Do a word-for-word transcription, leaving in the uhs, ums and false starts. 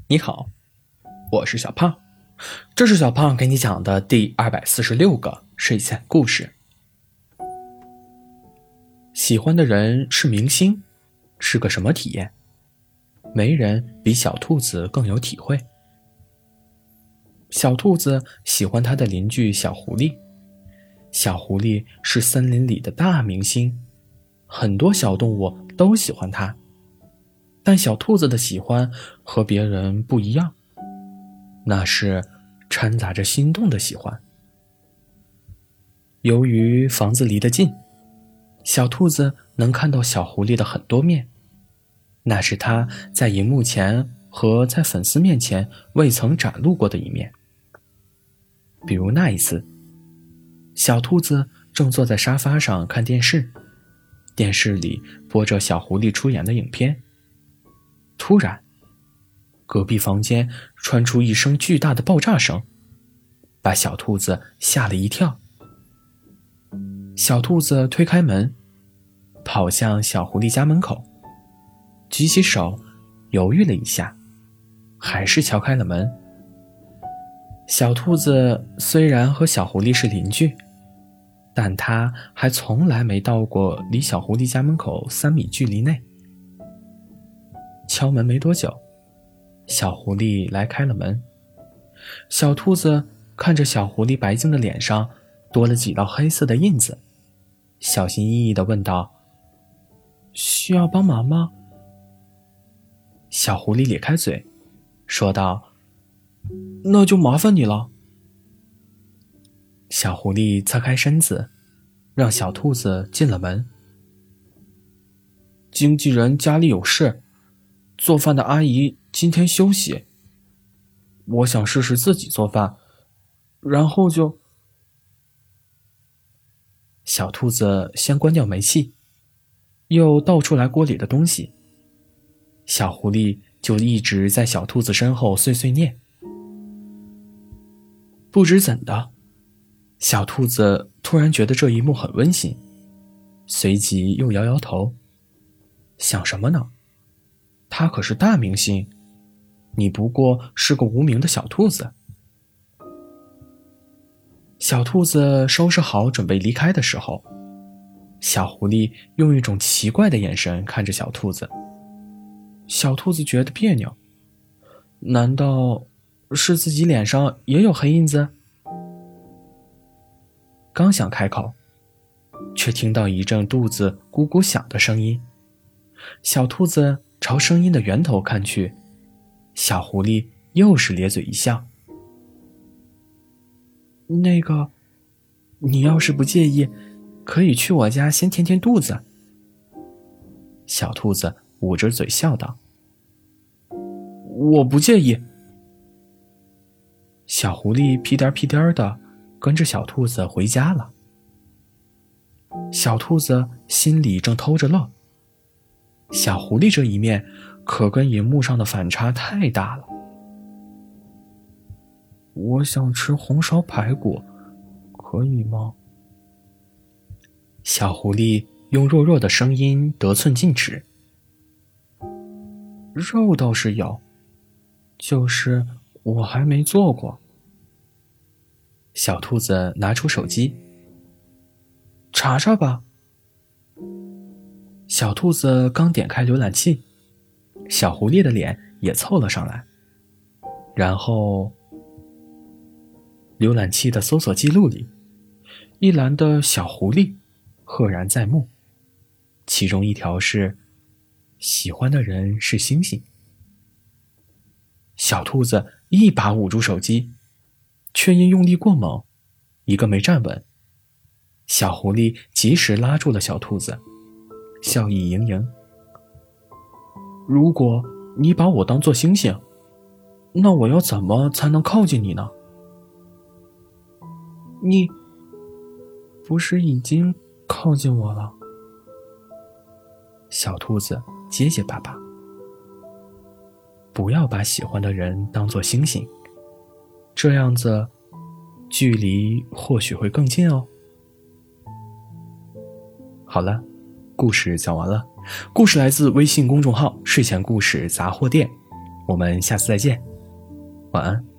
你好，我是小胖，这是小胖给你讲的第二百四十六个睡前故事。喜欢的人是明星，是个什么体验？没人比小兔子更有体会。小兔子喜欢它的邻居小狐狸，小狐狸是森林里的大明星，很多小动物都喜欢它。但小兔子的喜欢和别人不一样，那是掺杂着心动的喜欢。由于房子离得近，小兔子能看到小狐狸的很多面，那是它在荧幕前和在粉丝面前未曾展露过的一面。比如那一次，小兔子正坐在沙发上看电视，电视里播着小狐狸出演的影片。突然，隔壁房间传出一声巨大的爆炸声，把小兔子吓了一跳。小兔子推开门，跑向小狐狸家门口，举起手犹豫了一下，还是敲开了门。小兔子虽然和小狐狸是邻居，但它还从来没到过离小狐狸家门口三米距离内。敲门没多久，小狐狸来开了门。小兔子看着小狐狸白净的脸上多了几道黑色的印子，小心翼翼地问道：需要帮忙吗？小狐狸咧开嘴说道：那就麻烦你了。小狐狸侧开身子，让小兔子进了门。经纪人家里有事，做饭的阿姨今天休息，我想试试自己做饭，然后就……小兔子先关掉煤气，又倒出来锅里的东西。小狐狸就一直在小兔子身后碎碎念。不知怎的，小兔子突然觉得这一幕很温馨，随即又摇摇头，想什么呢？他可是大明星，你不过是个无名的小兔子。小兔子收拾好准备离开的时候，小狐狸用一种奇怪的眼神看着小兔子。小兔子觉得别扭，难道是自己脸上也有黑印子？刚想开口，却听到一阵肚子咕咕响的声音。小兔子朝声音的源头看去，小狐狸又是咧嘴一笑。那个，你要是不介意，可以去我家先填填肚子。小兔子捂着嘴笑道。我不介意。小狐狸屁颠屁颠的跟着小兔子回家了。小兔子心里正偷着乐，小狐狸这一面可跟荧幕上的反差太大了。我想吃红烧排骨，可以吗？小狐狸用弱弱的声音得寸进尺。肉倒是有，就是我还没做过。小兔子拿出手机，查查吧。小兔子刚点开浏览器，小狐狸的脸也凑了上来，然后浏览器的搜索记录里，一栏的小狐狸赫然在目，其中一条是喜欢的人是星星。小兔子一把捂住手机，却因用力过猛，一个没站稳。小狐狸及时拉住了小兔子，笑意盈盈。如果你把我当作星星，那我要怎么才能靠近你呢？你不是已经靠近我了？小兔子结结巴巴。不要把喜欢的人当作星星，这样子距离或许会更近哦。好了，故事讲完了。故事来自微信公众号睡前故事杂货店， 我们下次再见，晚安。